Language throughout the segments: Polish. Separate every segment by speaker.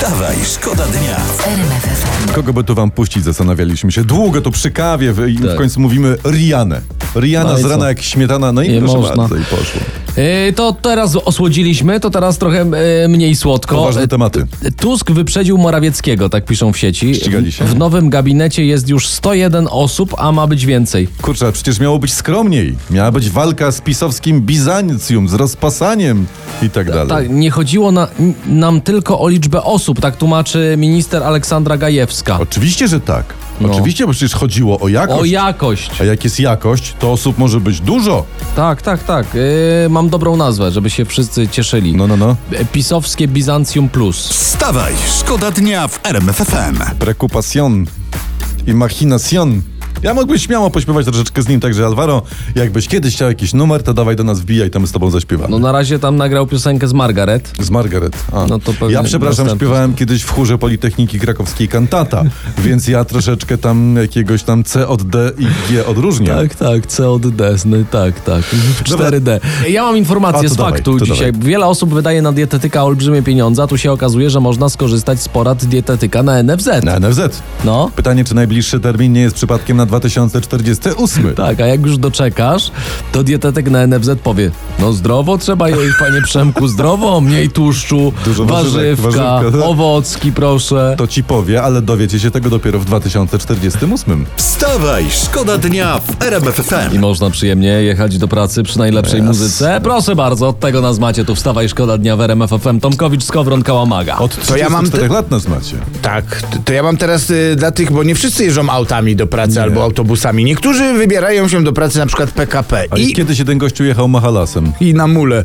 Speaker 1: Wstawaj, szkoda dnia w RMF FM.
Speaker 2: Kogo by tu wam puścić, zastanawialiśmy się. Długo to przy kawie i w końcu mówimy Rihanę. Rihanna
Speaker 3: No i
Speaker 2: z rana
Speaker 3: co?
Speaker 2: jak śmietana, no i
Speaker 3: Nie
Speaker 2: proszę
Speaker 3: można.
Speaker 2: bardzo, i poszło.
Speaker 3: To teraz osłodziliśmy, to teraz trochę mniej słodko.
Speaker 2: Poważne tematy.
Speaker 3: Tusk wyprzedził Morawieckiego, tak piszą w sieci.
Speaker 2: Ścigali się.
Speaker 3: W nowym gabinecie jest już 101 osób, a ma być więcej.
Speaker 2: Kurczę, a przecież miało być skromniej. Miała być walka z pisowskim Bizancjum, z rozpasaniem i tak dalej.
Speaker 3: Tak, nie chodziło nam tylko o liczbę osób, tak tłumaczy minister Aleksandra Gajewska.
Speaker 2: Oczywiście, że tak.
Speaker 3: No.
Speaker 2: Oczywiście, bo przecież chodziło o jakość.
Speaker 3: O jakość.
Speaker 2: A jak jest jakość, to osób może być dużo.
Speaker 3: Tak. Mam dobrą nazwę, żeby się wszyscy cieszyli.
Speaker 2: No.
Speaker 3: Pisowskie Bizancjum Plus.
Speaker 1: Wstawaj, szkoda dnia w RMF FM.
Speaker 2: Preocupación, imaginación. Ja mógłbym śmiało pośpiewać troszeczkę z nim, także Alvaro, jakbyś kiedyś chciał jakiś numer, to dawaj do nas, wbijaj, to my z tobą zaśpiewamy.
Speaker 3: No na razie tam nagrał piosenkę z Margaret.
Speaker 2: Z Margaret.
Speaker 3: No to pewnie
Speaker 2: ja przepraszam,
Speaker 3: następny.
Speaker 2: śpiewałem kiedyś w chórze Politechniki Krakowskiej kantata, więc ja troszeczkę tam jakiegoś tam C od D i G odróżniam.
Speaker 3: Tak, C od D, no, tak. 4D. Ja mam informację
Speaker 2: A, to
Speaker 3: z
Speaker 2: dawaj,
Speaker 3: faktu
Speaker 2: to
Speaker 3: dzisiaj.
Speaker 2: dawaj.
Speaker 3: Wiele osób wydaje na dietetyka olbrzymie pieniądze, a tu się okazuje, że można skorzystać z porad dietetyka na NFZ.
Speaker 2: Na NFZ.
Speaker 3: No.
Speaker 2: Pytanie, czy najbliższy termin nie jest przypadkiem na 2048?
Speaker 3: Tak, a jak już doczekasz, to dietetyk na NFZ powie: no zdrowo trzeba jeść, panie Przemku, zdrowo, mniej tłuszczu,
Speaker 2: Dużo warzywek,
Speaker 3: warzywka,
Speaker 2: tak.
Speaker 3: owocki proszę.
Speaker 2: To ci powie, ale dowiecie się tego dopiero w 2048.
Speaker 1: Wstawaj, szkoda dnia w RMF FM.
Speaker 3: I można przyjemnie jechać do pracy przy najlepszej muzyce. Proszę bardzo, od tego nas macie. Tu Wstawaj, szkoda dnia w RMF FM. Tomkowicz, Skowron, Kałamaga.
Speaker 2: Od 34 lat nas macie.
Speaker 4: Tak, to ja mam teraz dla tych, bo nie wszyscy jeżdżą autami do pracy albo autobusami. Niektórzy wybierają się do pracy na przykład PKP
Speaker 2: A kiedyś jeden gościu jechał mahalasem.
Speaker 4: i na mule.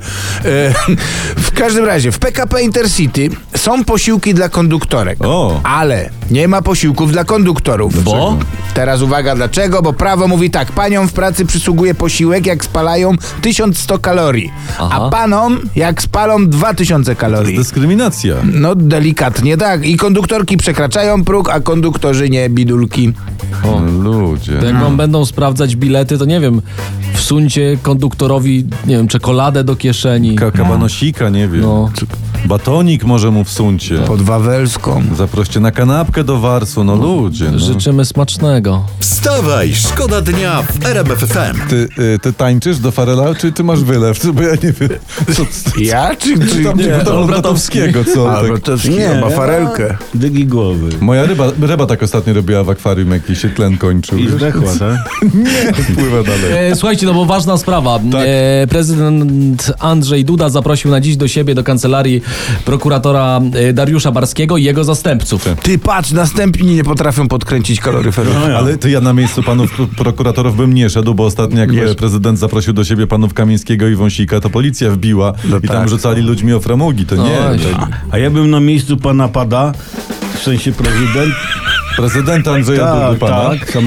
Speaker 4: W każdym razie, w PKP Intercity są posiłki dla konduktorek,
Speaker 2: O.
Speaker 4: ale nie ma posiłków dla konduktorów.
Speaker 3: Bo?
Speaker 4: Teraz uwaga, dlaczego? Bo prawo mówi tak, paniom w pracy przysługuje posiłek, jak spalają 1100 kalorii,
Speaker 3: Aha.
Speaker 4: a panom jak spalą 2000 kalorii.
Speaker 2: Dyskryminacja.
Speaker 4: No delikatnie tak. I konduktorki przekraczają próg, a konduktorzy nie, bidulki.
Speaker 2: O, ludzie.
Speaker 3: To jak wam będą sprawdzać bilety, to nie wiem, wsuńcie konduktorowi, nie wiem, czekoladę do kieszeni.
Speaker 2: Kabanosika, nie wiem.
Speaker 3: No.
Speaker 2: Czy batonik może mu wsuńcie.
Speaker 4: Pod Wawelską.
Speaker 2: Zaproście na kanapkę do Warsu, no ludzie. No.
Speaker 3: Życzymy smacznego.
Speaker 1: Wstawaj, szkoda dnia w RMF FM.
Speaker 2: Ty tańczysz do Farela, czy ty masz wylew? Bo ja nie wiem.
Speaker 4: Ja? Czy
Speaker 2: Tam
Speaker 4: nie?
Speaker 2: nie, to Bratowskiego, co?
Speaker 4: A,
Speaker 2: Tak.
Speaker 4: Bratowski ma farelkę.
Speaker 5: Dygi głowy.
Speaker 2: Moja ryba tak ostatnio robiła w akwarium, jak się tlen kończył.
Speaker 5: I zdechła, tak?
Speaker 2: Pływa dalej.
Speaker 3: Słuchajcie, no bo ważna sprawa.
Speaker 2: Tak.
Speaker 3: Prezydent Andrzej Duda zaprosił na dziś do siebie, do kancelarii prokuratora Dariusza Barskiego i jego zastępców.
Speaker 4: Ty patrz, następni nie potrafią podkręcić kaloryferów.
Speaker 2: Ale to ja na miejscu panów prokuratorów bym nie szedł, bo ostatnio jak prezydent zaprosił do siebie panów Kamińskiego i Wąsika, to policja wbiła i tam
Speaker 4: tak.
Speaker 2: rzucali ludźmi o framugi. To nie.
Speaker 3: Oj.
Speaker 2: To
Speaker 5: A ja bym na miejscu pana Pada, w sensie prezydent.
Speaker 2: prezydenta Andrzeja Dudy pana.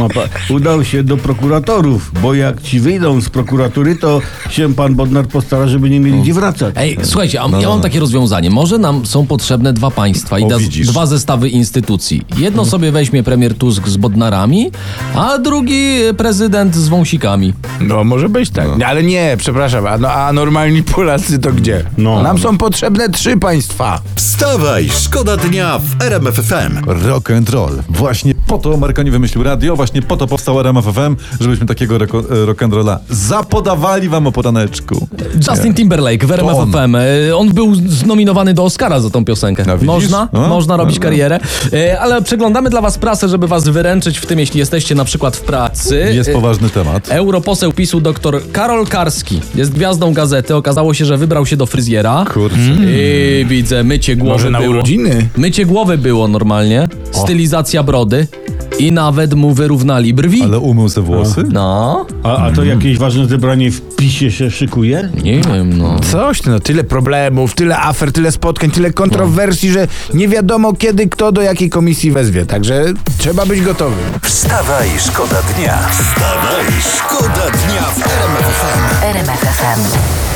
Speaker 5: Udał się do prokuratorów, bo jak ci wyjdą z prokuratury, to się pan Bodnar postara, żeby nie mieli gdzie wracać.
Speaker 3: Ej, słuchajcie, ja mam takie rozwiązanie. Może nam są potrzebne dwa państwa i
Speaker 2: O, widzisz.
Speaker 3: dwa zestawy instytucji. Jedno sobie weźmie premier Tusk z Bodnarami, a drugi prezydent z Wąsikami.
Speaker 4: No może być tak. Ale nie, przepraszam, a normalni Polacy to gdzie?
Speaker 5: No.
Speaker 4: Nam są potrzebne 3 państwa.
Speaker 1: Wstawaj, szkoda dnia w RMF FM.
Speaker 2: Rock and roll. Właśnie po to Marconi wymyślił radio, właśnie po to powstał RMF FM, żebyśmy takiego rock and rolla zapodawali wam o poraneczku.
Speaker 3: Justin Timberlake w RMF
Speaker 2: on.
Speaker 3: FM. On był znominowany do Oscara za tą piosenkę.
Speaker 2: No, widzisz?
Speaker 3: Można?
Speaker 2: No,
Speaker 3: Można robić
Speaker 2: no.
Speaker 3: karierę. Ale przeglądamy dla was prasę, żeby was wyręczyć w tym, jeśli jesteście na przykład w pracy.
Speaker 2: Jest poważny temat.
Speaker 3: Europoseł PiS-u dr Karol Karski jest gwiazdą gazety. Okazało się, że wybrał się do fryzjera.
Speaker 2: Kurczę.
Speaker 3: I widzę, mycie głowy
Speaker 4: Może na
Speaker 3: było.
Speaker 4: urodziny?
Speaker 3: Mycie głowy było normalnie. Stylizacja brody. I nawet mu wyrównali brwi.
Speaker 2: Ale umył se włosy?
Speaker 3: No,
Speaker 5: A to jakieś ważne zebranie w PiS-ie się szykuje?
Speaker 3: nie wiem, no.
Speaker 4: Coś, no tyle problemów, tyle afer, tyle spotkań, tyle kontrowersji, że nie wiadomo kiedy kto do jakiej komisji wezwie. Także trzeba być gotowym.
Speaker 1: Wstawaj, szkoda dnia. Wstawaj, szkoda dnia w RMF FM.
Speaker 6: RMF FM.